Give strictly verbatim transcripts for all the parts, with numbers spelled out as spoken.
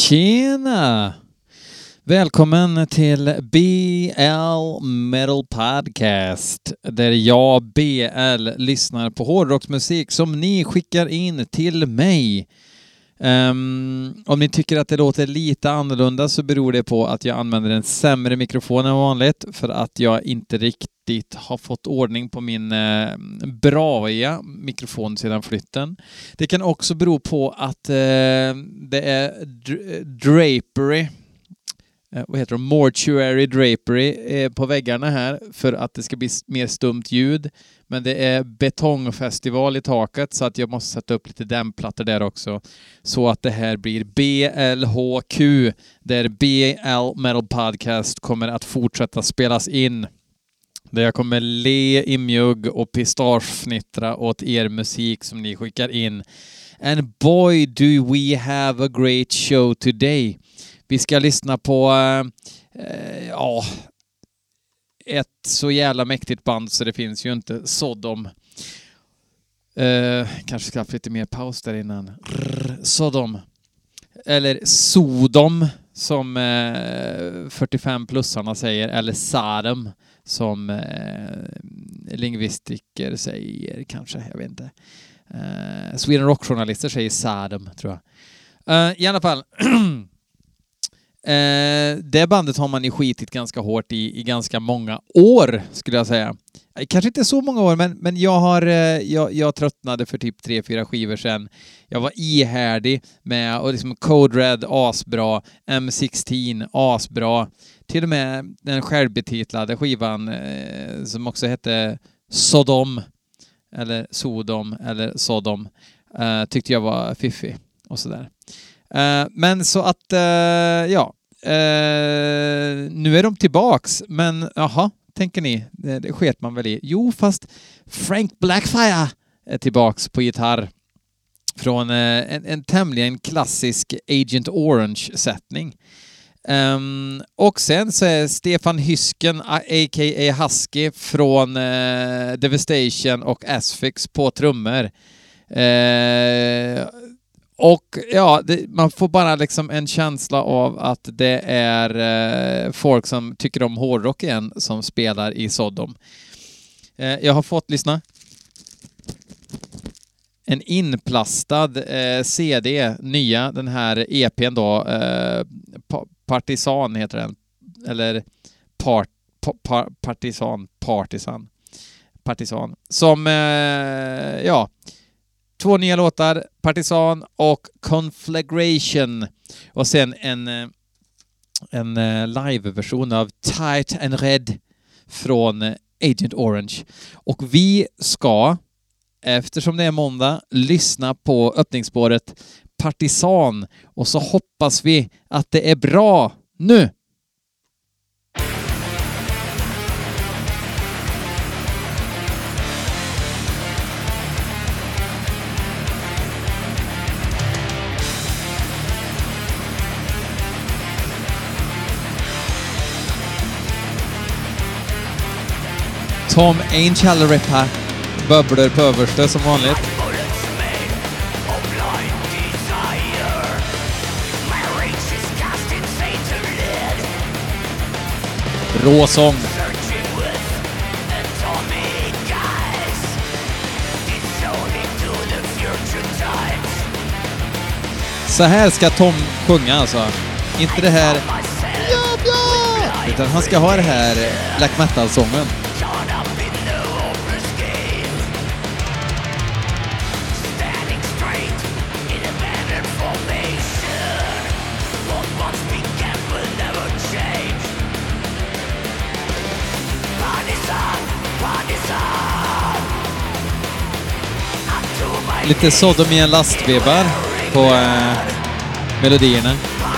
Tjena! Välkommen till B L Metal Podcast, där jag, B L, lyssnar på hårdrocksmusik som ni skickar in till mig. Um, om ni tycker att det låter lite annorlunda så beror det på att jag använder en sämre mikrofon än vanligt, för att jag inte riktigt har fått ordning på min uh, braiga mikrofon sedan flytten. Det kan också bero på att uh, det är dr- drapery Uh, vad heter det? Mortuary drapery eh, på väggarna här för att det ska bli mer stumt ljud. Men det är betongfestival i taket, så att jag måste sätta upp lite dämplattor där också. Så att det här blir B L H Q, där B L Metal Podcast kommer att fortsätta spelas in. Där jag kommer le i mjugg och pistagefnittra åt er musik som ni skickar in. And boy do we have a great show today. Vi ska lyssna på äh, ja, ett så jävla mäktigt band så det finns ju inte. Sodom. Äh, kanske ska ha lite mer paus där innan. Rrr, Sodom. Eller Sodom som äh, fyrtiofem-plussarna säger. Eller Sadom som äh, lingvistiker säger kanske. Jag vet inte. Äh, Sweden Rock-journalister säger Sadom, tror jag. Äh, I alla fall... Eh, det bandet har man ju skitit ganska hårt i i ganska många år, skulle jag säga. Eh, kanske inte så många år, men, men jag har eh, jag, jag tröttnade för typ tre, fyra skivor sedan. Jag var ihärdig med, och liksom Code Red, asbra, M sexton, asbra. Till och med den självbetitlade skivan eh, som också hette Sodom, eller Sodom, eller Sodom, eh, tyckte jag var fiffig och sådär. Uh, men så att, uh, ja, uh, nu är de tillbaks, men jaha, tänker ni, det, det sket man väl i. Jo, fast Frank Blackfire är tillbaks på gitarr från uh, en, en tämligen klassisk Agent Orange-sättning. Um, och sen så är Stefan Hysken, a k a. Husky, från uh, Devastation och Asphyx på trummor. Uh, Och ja, det, man får bara liksom en känsla av att det är eh, folk som tycker om hårdrock igen som spelar i Sodom. Eh, jag har fått, lyssna, en inplastad eh, C D, nya, den här E P:n då, eh, pa- Partisan heter den, eller part, pa, pa, Partisan, Partisan, Partisan, som, eh, ja... Två nya låtar, Partisan och Conflagration. Och sen en, en live-version av Tight and Red från Agent Orange. Och vi ska, eftersom det är måndag, lyssna på öppningsspåret Partisan. Och så hoppas vi att det är bra nu. Tom Ainchalleripa bubblor på översta som vanligt. Råsång. Så här ska Tom sjunga alltså. Inte det här ja, ja, utan han ska ha det här black metal-sången. Lite Sodom i en lastvebar på eh, melodierna.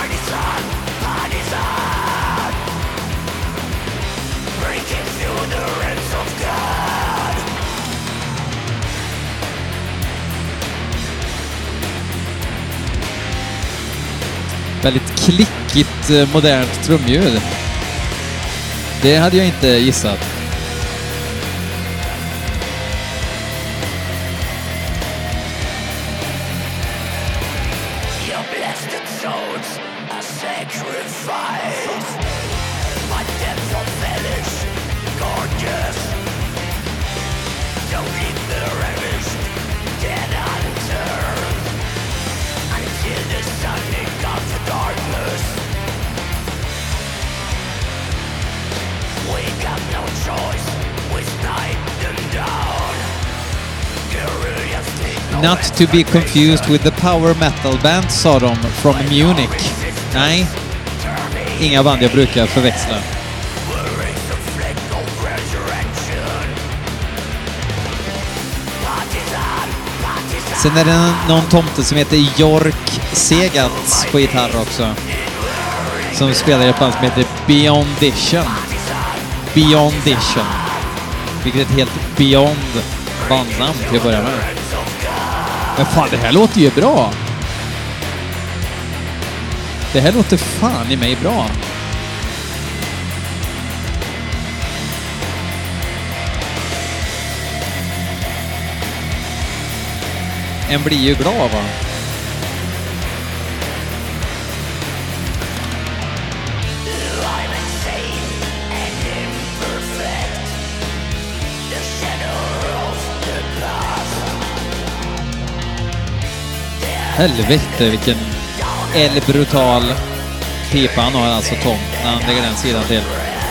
Väldigt klickigt eh, modernt trumljud. Det hade jag inte gissat. Not to be confused with the power metal band, sa de, from Munich. Nej, inga band jag brukar förväxla. Sen är det någon tomte som heter Jork Segats på gitarr också. Som spelar i ett band som heter Beyondition. Beyondition. Vilket är ett helt Beyond bandnamn till att börja med. Men fan, det här låter ju bra. Det här låter fan i mig bra. En blir ju glad, va? Helvete, vilken el-brutal pipa han har, alltså Tom, när han lägger den sidan till.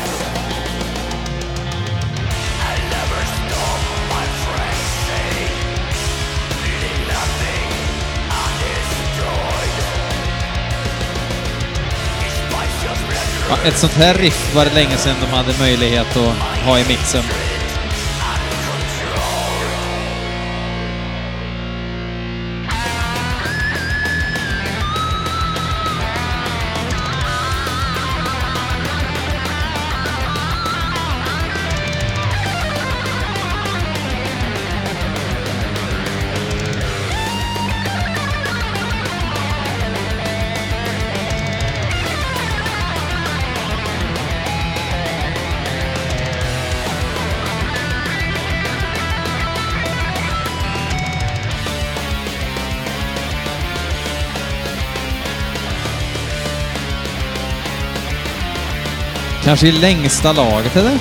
Ja, ett sånt här riff var det länge sedan de hade möjlighet att ha i mixen. Kanske i längsta laget, eller?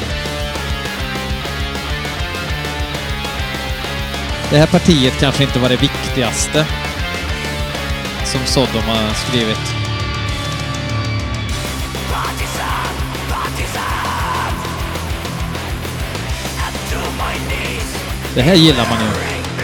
Det här partiet kanske inte var det viktigaste som Sodom har skrivit. Det här gillar man ju.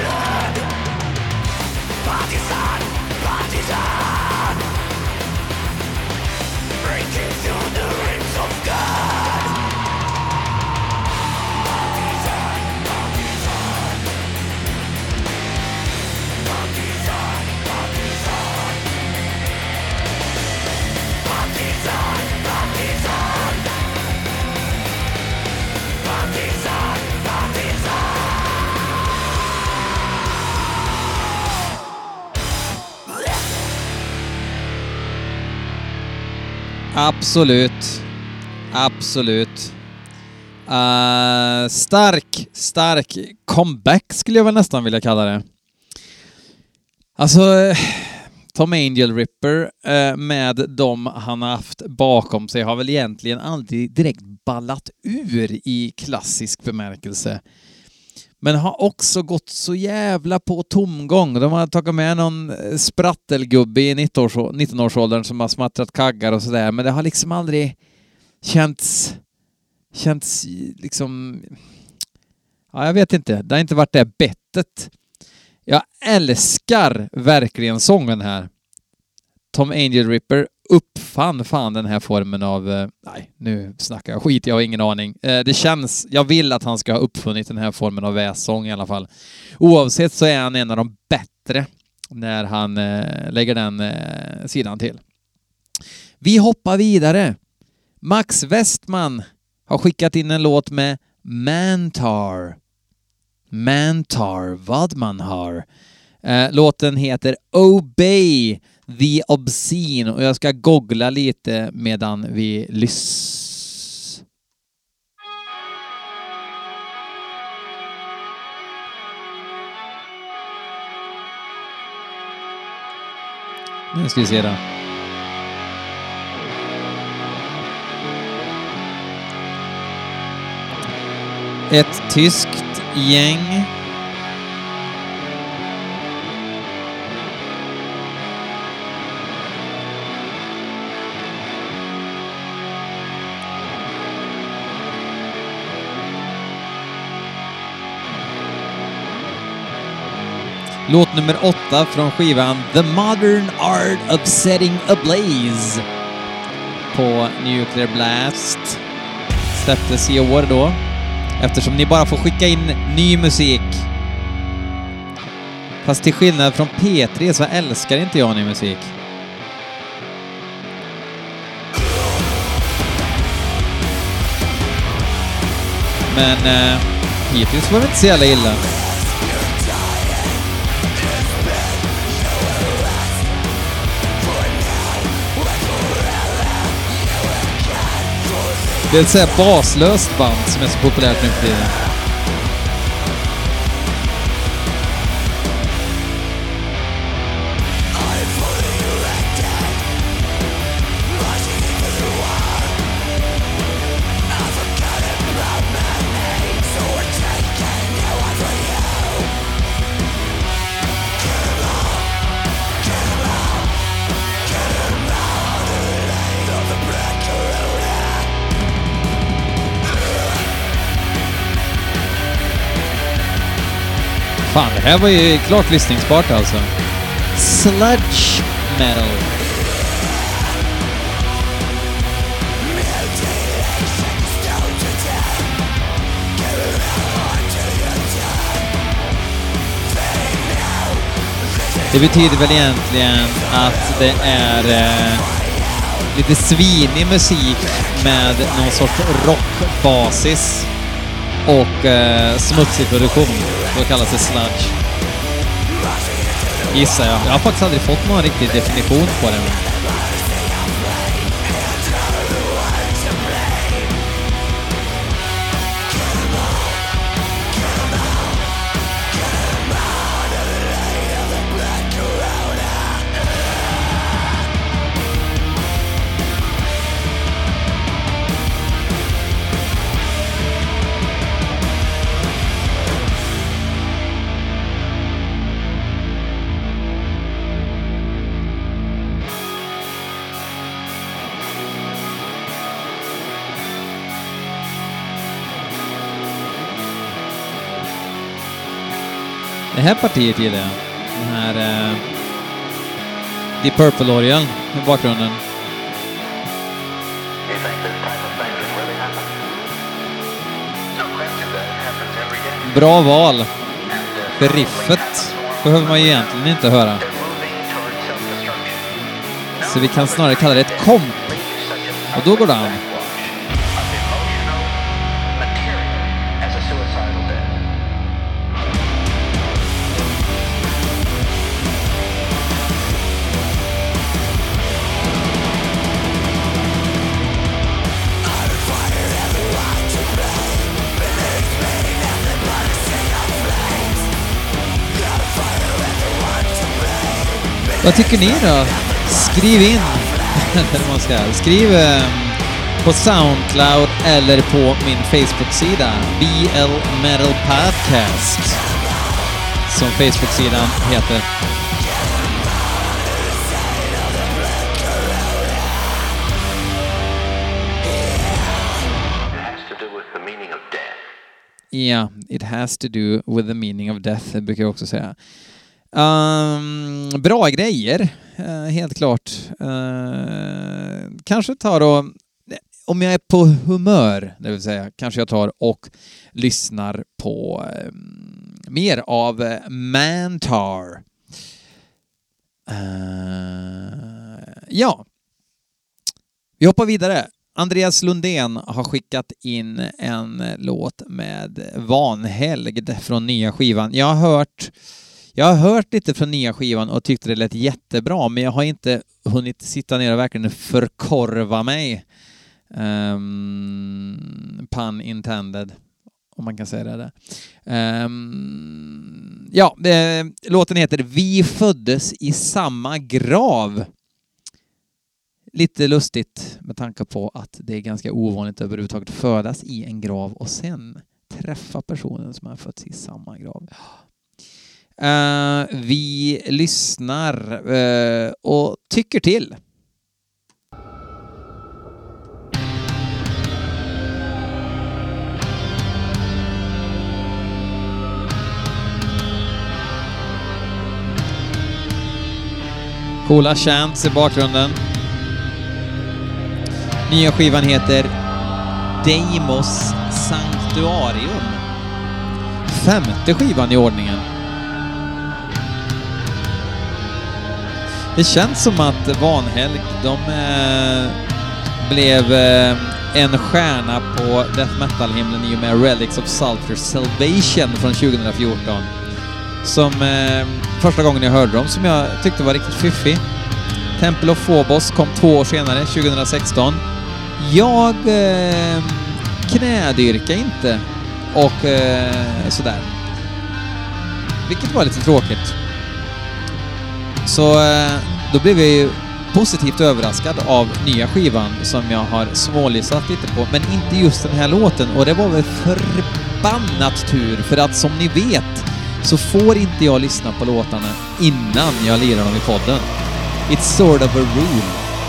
Absolut. Absolut. Uh, stark, stark comeback skulle jag väl nästan vilja kalla det. Alltså, Tom Angel Ripper uh, med dem han har haft bakom sig har väl egentligen aldrig direkt ballat ur i klassisk bemärkelse. Men har också gått så jävla på tomgång. De har tagit med någon sprattelgubbe i nitton-årsåldern som har smattrat kaggar och sådär. Men det har liksom aldrig känts... Känts liksom... Ja, jag vet inte. Det har inte varit det bettet. Jag älskar verkligen sången här. Tom Angel Ripper uppfann fan den här formen av... Eh, nej, nu snackar jag skit. Jag har ingen aning. Eh, det känns... Jag vill att han ska ha uppfunnit den här formen av vässång i alla fall. Oavsett så är han en av de bättre när han eh, lägger den eh, sidan till. Vi hoppar vidare. Max Westman har skickat in en låt med Mantar. Mantar, vad man har. Eh, låten heter Obey the Obscene och jag ska googla lite medan vi lyssnar. Nu ska vi se det. Ett tyskt gäng. Låt nummer åtta från skivan The Modern Art of Setting a Blaze på Nuclear Blast. Släpptes i år då. Eftersom ni bara får skicka in ny musik. Fast till skillnad från P tre så älskar inte jag ny musik. Men eh, hittills var det inte så jävla illa. Det är ett så här baslöst band som är så populärt nu för tiden. Fan, det här var ju klart lyssningsbart alltså. Sludge metal. Det betyder väl egentligen att det är eh, lite svinig musik med någon sorts rockbasis och eh, smutsig produktion. Då kallas det sludge. Gissar jag. Jag har faktiskt aldrig fått någon riktig definition på det. Det här partiet gillar jag. Den här uh, Deep Purple-orgeln i bakgrunden. Bra val. För riffet behöver man ju egentligen inte höra. Så vi kan snarare kalla det ett komp. Och då går det an. Vad tycker ni då? Skriv in. man ska. Skriv eh, på Soundcloud eller på min Facebook-sida B L Metal Podcast som Facebook-sidan heter. Ja, yeah, it has to do with the meaning of death, det brukar jag också säga. Um, bra grejer, uh, helt klart. Uh, kanske tar då, om jag är på humör, det vill säga, kanske jag tar och lyssnar på um, mer av uh, Mantar. Uh, ja, vi hoppar vidare. Andreas Lundén har skickat in en låt med Vanhelgd från nya skivan. Jag har hört Jag har hört lite från nya skivan och tyckte det lät jättebra, men jag har inte hunnit sitta ner och verkligen förkorva mig. Um, pun intended, om man kan säga det. Um, ja, det, låten heter Vi föddes i samma grav. Lite lustigt med tanke på att det är ganska ovanligt överhuvudtaget födas i en grav och sen träffa personen som har fötts i samma grav. Uh, vi lyssnar uh, och tycker till. Coola chants i bakgrunden. Nya skivan heter Deimos Sanctuarium. Femte skivan i ordningen. Det känns som att Vanhelg, de eh, blev eh, en stjärna på death metal-himlen i och med Relics of Sulfur Salvation från tjugo fjorton. Som eh, första gången jag hörde dem, som jag tyckte var riktigt fiffig. Temple of Phobos kom två år senare, tjugo sexton. Jag eh, knädyrka inte och eh, sådär. Vilket var lite tråkigt. Så eh, då blev jag ju positivt överraskad av nya skivan som jag har smålyssnat lite på. Men inte just den här låten. Och det var väl förbannat tur. För att som ni vet så får inte jag lyssna på låtarna innan jag lirar dem i podden. It's sort of a rule.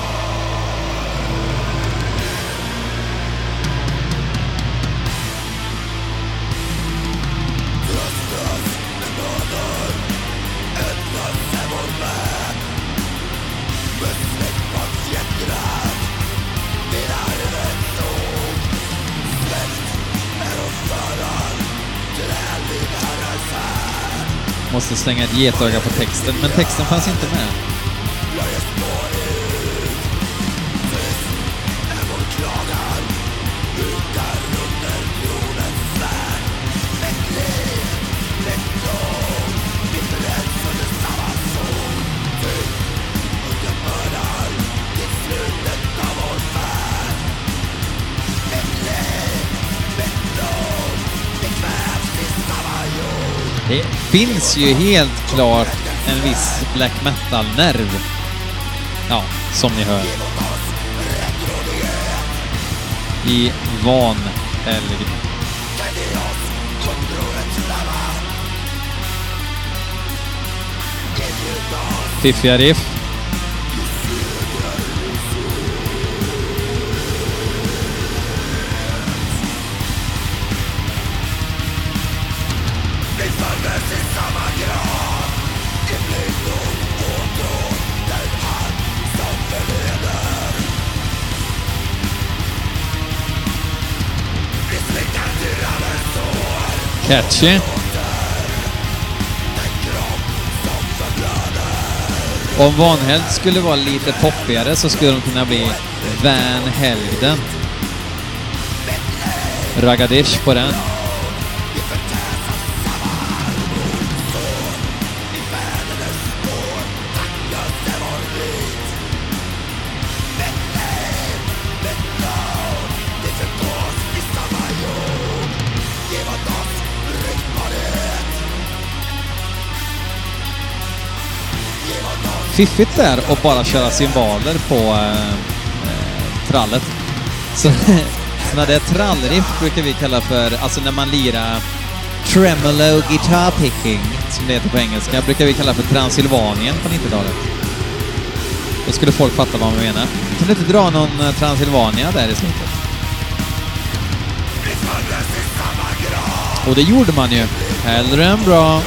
Måste slänga ett getöga på texten, men texten fanns inte med. Det finns ju helt klart en viss black metal-nerv. Ja, som ni hör. I Vanhelg. Fiffiga riff. Catchy. Om Vanhelg skulle vara lite poppigare så skulle de kunna bli Van Helden. Ragadish på den. Fiffigt där och bara köra cymbaler på eh, trallet. Så när det är trallriff brukar vi kalla för, alltså när man lirar tremolo guitar picking, som det heter på engelska, brukar vi kalla för Transylvanien på nittiotalet. Då skulle folk fatta vad man menar. Kan du inte dra någon Transylvania där i slutet? Och det gjorde man ju. Hellre än bra.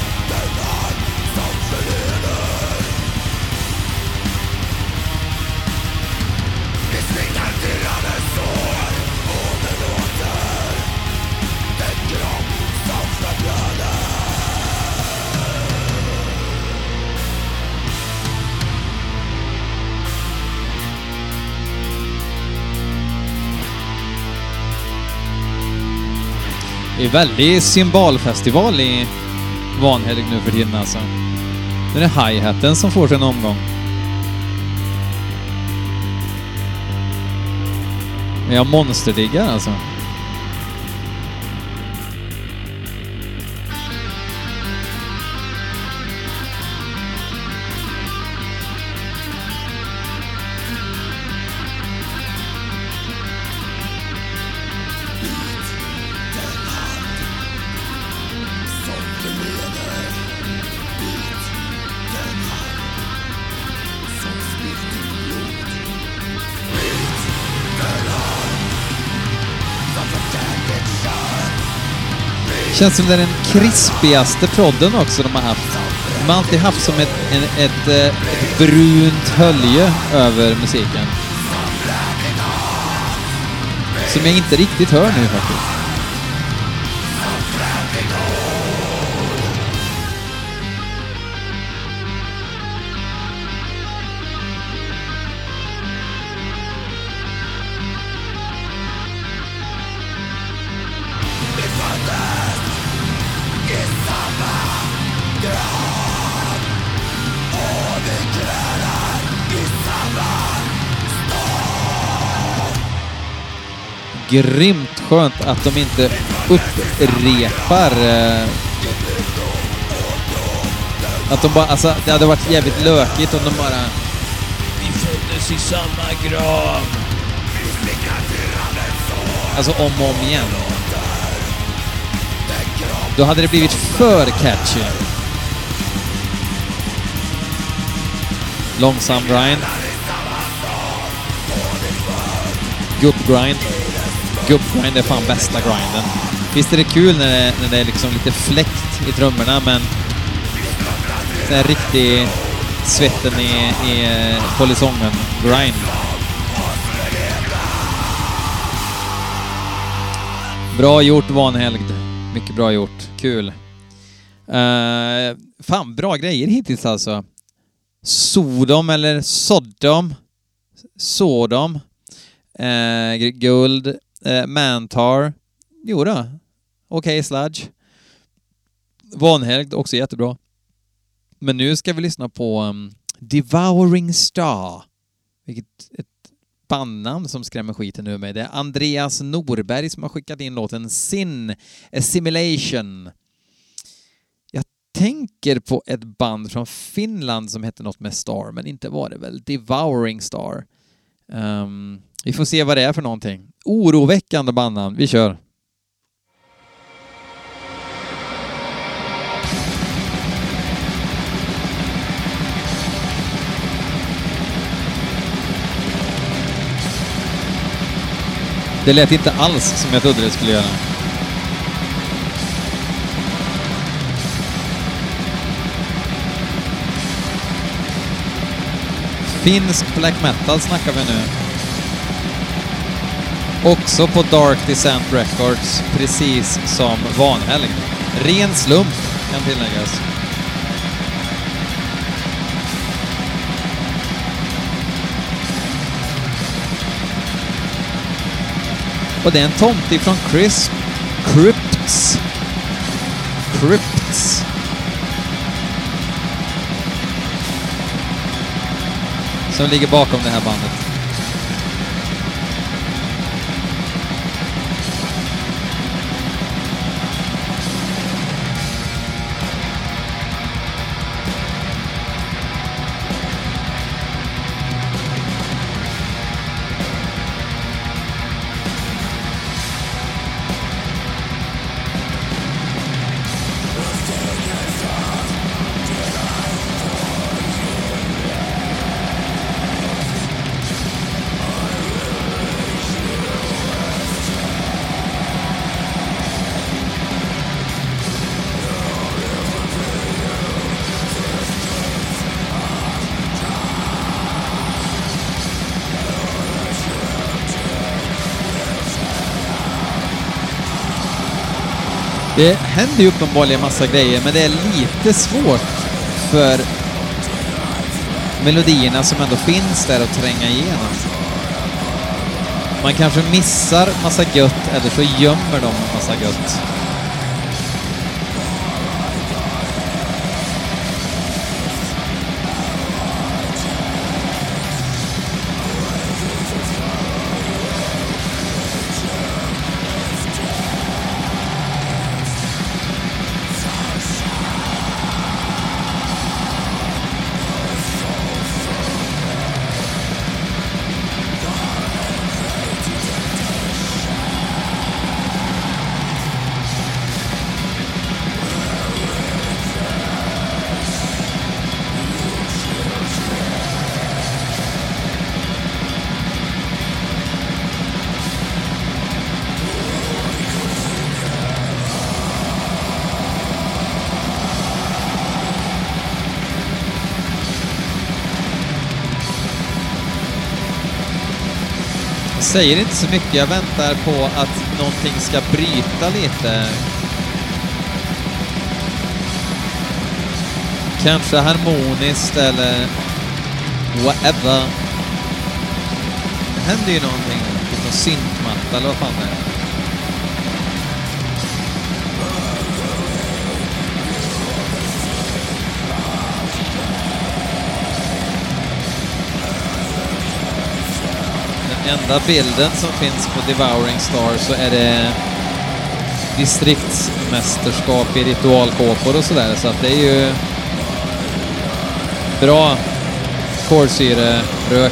Det är väldigt symbolfestival i Vanhelg nu för tiden alltså. Det är hi-haten som får sig en omgång. Men jag monsterdiggar alltså. Känns som det är den krispigaste prodden också de har haft. De har alltid haft som ett, ett, ett, ett brunt hölje över musiken. Som jag inte riktigt hör nu faktiskt. Grymt skönt att de inte upprepar eh, att de bara, alltså det hade varit jävligt lökigt om de bara vi föddes i samma grav, alltså om och om igen. Då hade det blivit för catchy. Långsam grind, gubbgrind. Gubbgrind är fan bästa grinden. Visst är det kul när det, när det är liksom lite fläkt i trummorna, men det är riktig svetten i, i polisongen grind. Bra gjort, Vanhelgd. Mycket bra gjort. Kul. Uh, fan, bra grejer hittills alltså. Sodom eller Sodom. Sodom. Uh, guld. Uh, Mantar. Jo då. Okej, okay, Sludge. Vanhelgd, också jättebra. Men nu ska vi lyssna på um, Devouring Star. Vilket ett bandnamn som skrämmer skiten nu med. Det är Andreas Norberg som har skickat in låten Sin Assimilation. Jag tänker på ett band från Finland som heter något med Star, men inte var det väl. Devouring Star. Um, vi får se vad det är för någonting. Oroväckande bandnamn. Vi kör. Det lät inte alls som jag trodde det skulle göra. Finsk black metal snackar vi nu. Också på Dark Descent Records, precis som Vanhelgd. Ren slump kan tilläggas. Och det är en tomte från Chris Crypts. Crypts. Som ligger bakom det här bandet. Det händer ju uppenbarligen massa grejer, men det är lite svårt för melodierna som ändå finns där att tränga igenom. Man kanske missar massa gött, eller så gömmer de massa gött. säger inte så mycket. Jag väntar på att någonting ska bryta lite. Kanske harmoniskt eller whatever. Det händer ju någonting. Någon syntmatta eller vad fan det är. Den enda bilden som finns på Devouring Star så är det distriktsmästerskap i ritualkåpor och sådär. Så att det är ju bra kolsyre, rök.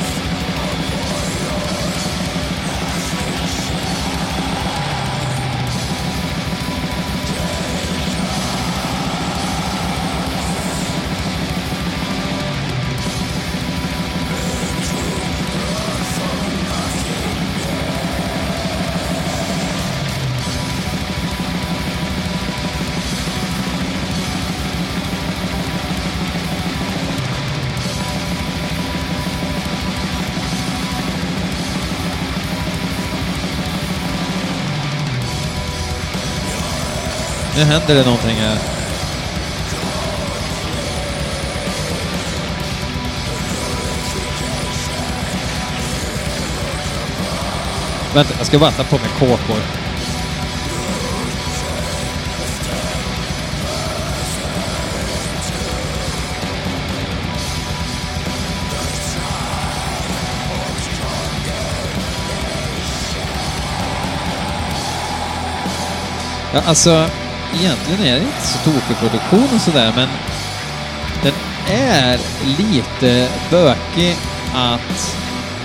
Nu händer det någonting här. Vänta, jag ska bara ta på mig kåpor. Ja, alltså egentligen är det inte så tokig produktion och sådär, men den är lite bökig att...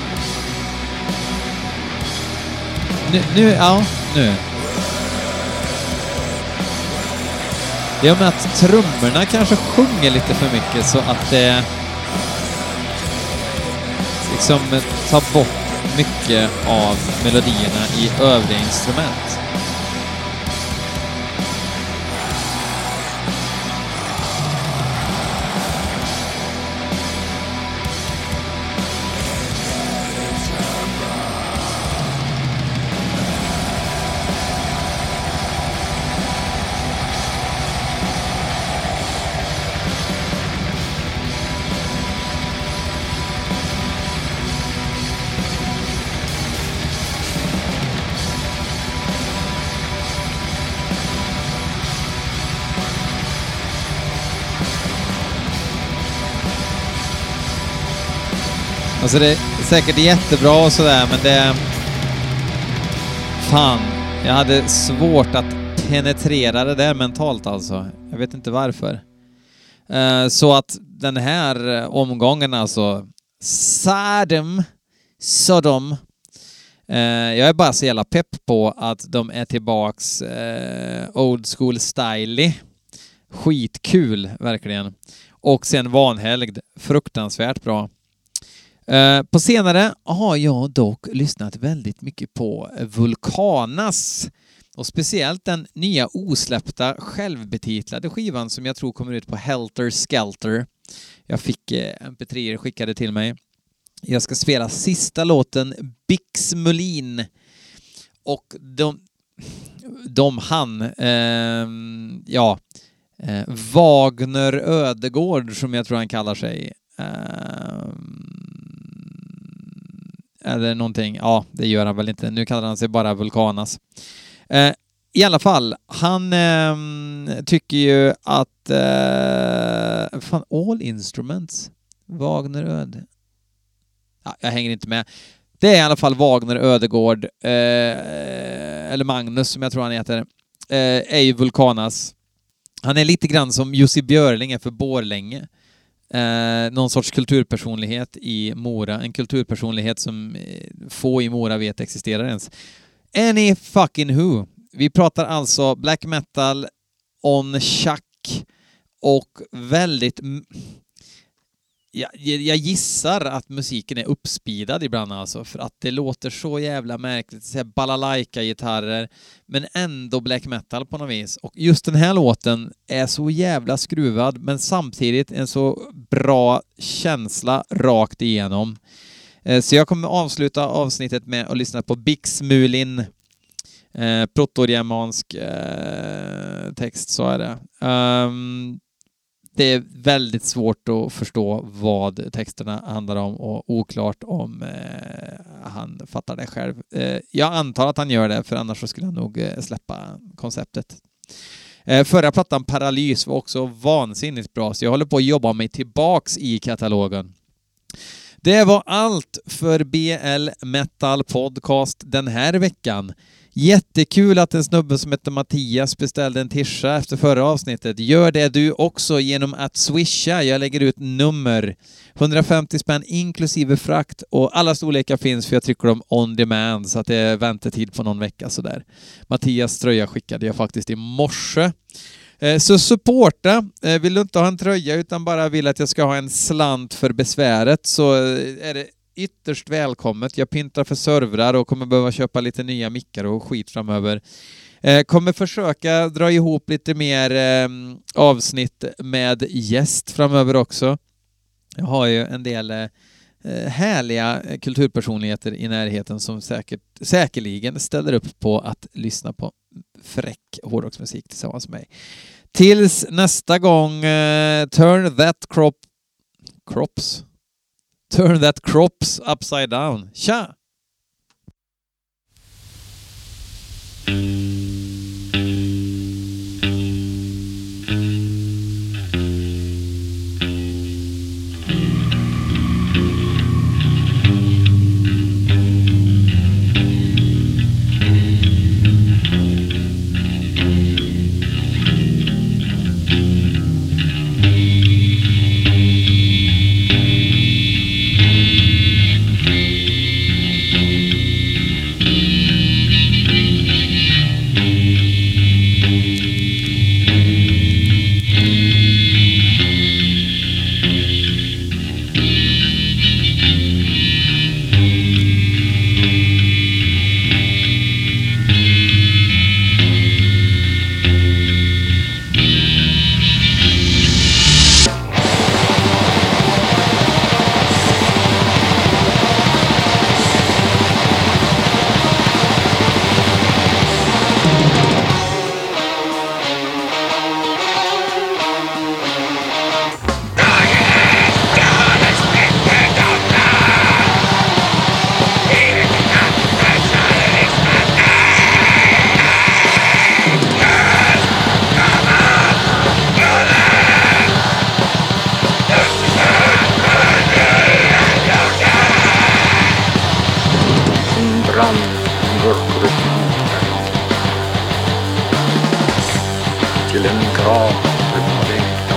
Nu, nu ja, nu. Det är med att trummorna kanske sjunger lite för mycket så att det liksom tar bort mycket av melodierna i övriga instrument. Alltså det är säkert jättebra och sådär, men det... Fan, jag hade svårt att penetrera det där mentalt alltså. Jag vet inte varför. Uh, så att den här omgången alltså... Sodom. Sodom. Uh, jag är bara så jävla pepp på att de är tillbaks uh, old school styly. Skitkul, verkligen. Och sen vanhelgd. Fruktansvärt bra. Uh, på senare har jag dock lyssnat väldigt mycket på Vulkanas och speciellt den nya osläppta självbetitlade skivan som jag tror kommer ut på Helter Skelter. Jag fick uh, M P tre skickade till mig. Jag ska spela sista låten Bix Mulin och de, de han uh, ja uh, Wagner Ödegård som jag tror han kallar sig. Uh, eller någonting. Ja, det gör han väl inte. Nu kallar han sig bara Vulkanas. Eh, I alla fall, han eh, tycker ju att eh, fan, All Instruments Wagner Öde. Ja, jag hänger inte med. Det är i alla fall Wagner Ödegård eh, eller Magnus som jag tror han heter. Eh, är ju Vulkanas. Han är lite grann som Jussi Björling är för Borlänge. Eh, någon sorts kulturpersonlighet i Mora. En kulturpersonlighet som eh, få i Mora vet existerar ens. Any fucking who. Vi pratar alltså black metal on chuck och väldigt... M- jag, jag gissar att musiken är uppspeedad ibland alltså, för att det låter så jävla märkligt. Så här balalaika-gitarrer, men ändå black metal på något vis. Och just den här låten är så jävla skruvad, men samtidigt en så bra känsla rakt igenom. Eh, så jag kommer avsluta avsnittet med att lyssna på Bixmulin, eh, proto-germansk eh, text, så är det. Um, det är väldigt svårt att förstå vad texterna handlar om och oklart om eh, han fattar det själv. Eh, jag antar att han gör det, för annars så skulle han nog eh, släppa konceptet. Eh, förra plattan Paralys var också vansinnigt bra, så jag håller på att jobba mig tillbaks i katalogen. Det var allt för B L Metal Podcast den här veckan. Jättekul att en snubbe som heter Mattias beställde en tisha efter förra avsnittet. Gör det du också genom att swisha. Jag lägger ut nummer hundrafemtio spänn inklusive frakt, och alla storlekar finns, för jag trycker dem on demand så att det är väntetid på någon vecka sådär. Mattias tröja skickade jag faktiskt i morse. Så supporta. Vill du inte ha en tröja utan bara vill att jag ska ha en slant för besväret, så är det ytterst välkommet. Jag pyntar för servrar och kommer behöva köpa lite nya mickar och skit framöver. Eh, kommer försöka dra ihop lite mer eh, avsnitt med gäst framöver också. Jag har ju en del eh, härliga kulturpersonligheter i närheten som säkert, säkerligen ställer upp på att lyssna på fräck hårdrocksmusik tillsammans med mig. Tills nästa gång, eh, turn that crop crops Turn that crops upside down. Tja! Till en grav uppväckta.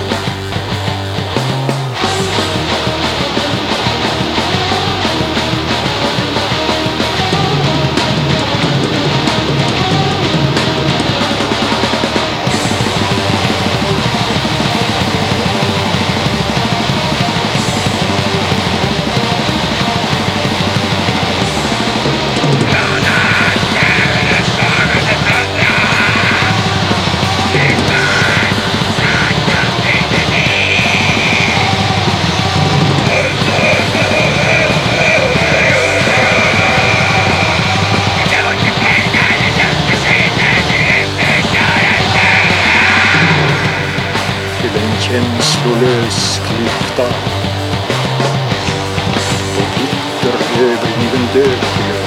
Känslolös klyfta och bitter övergiven död.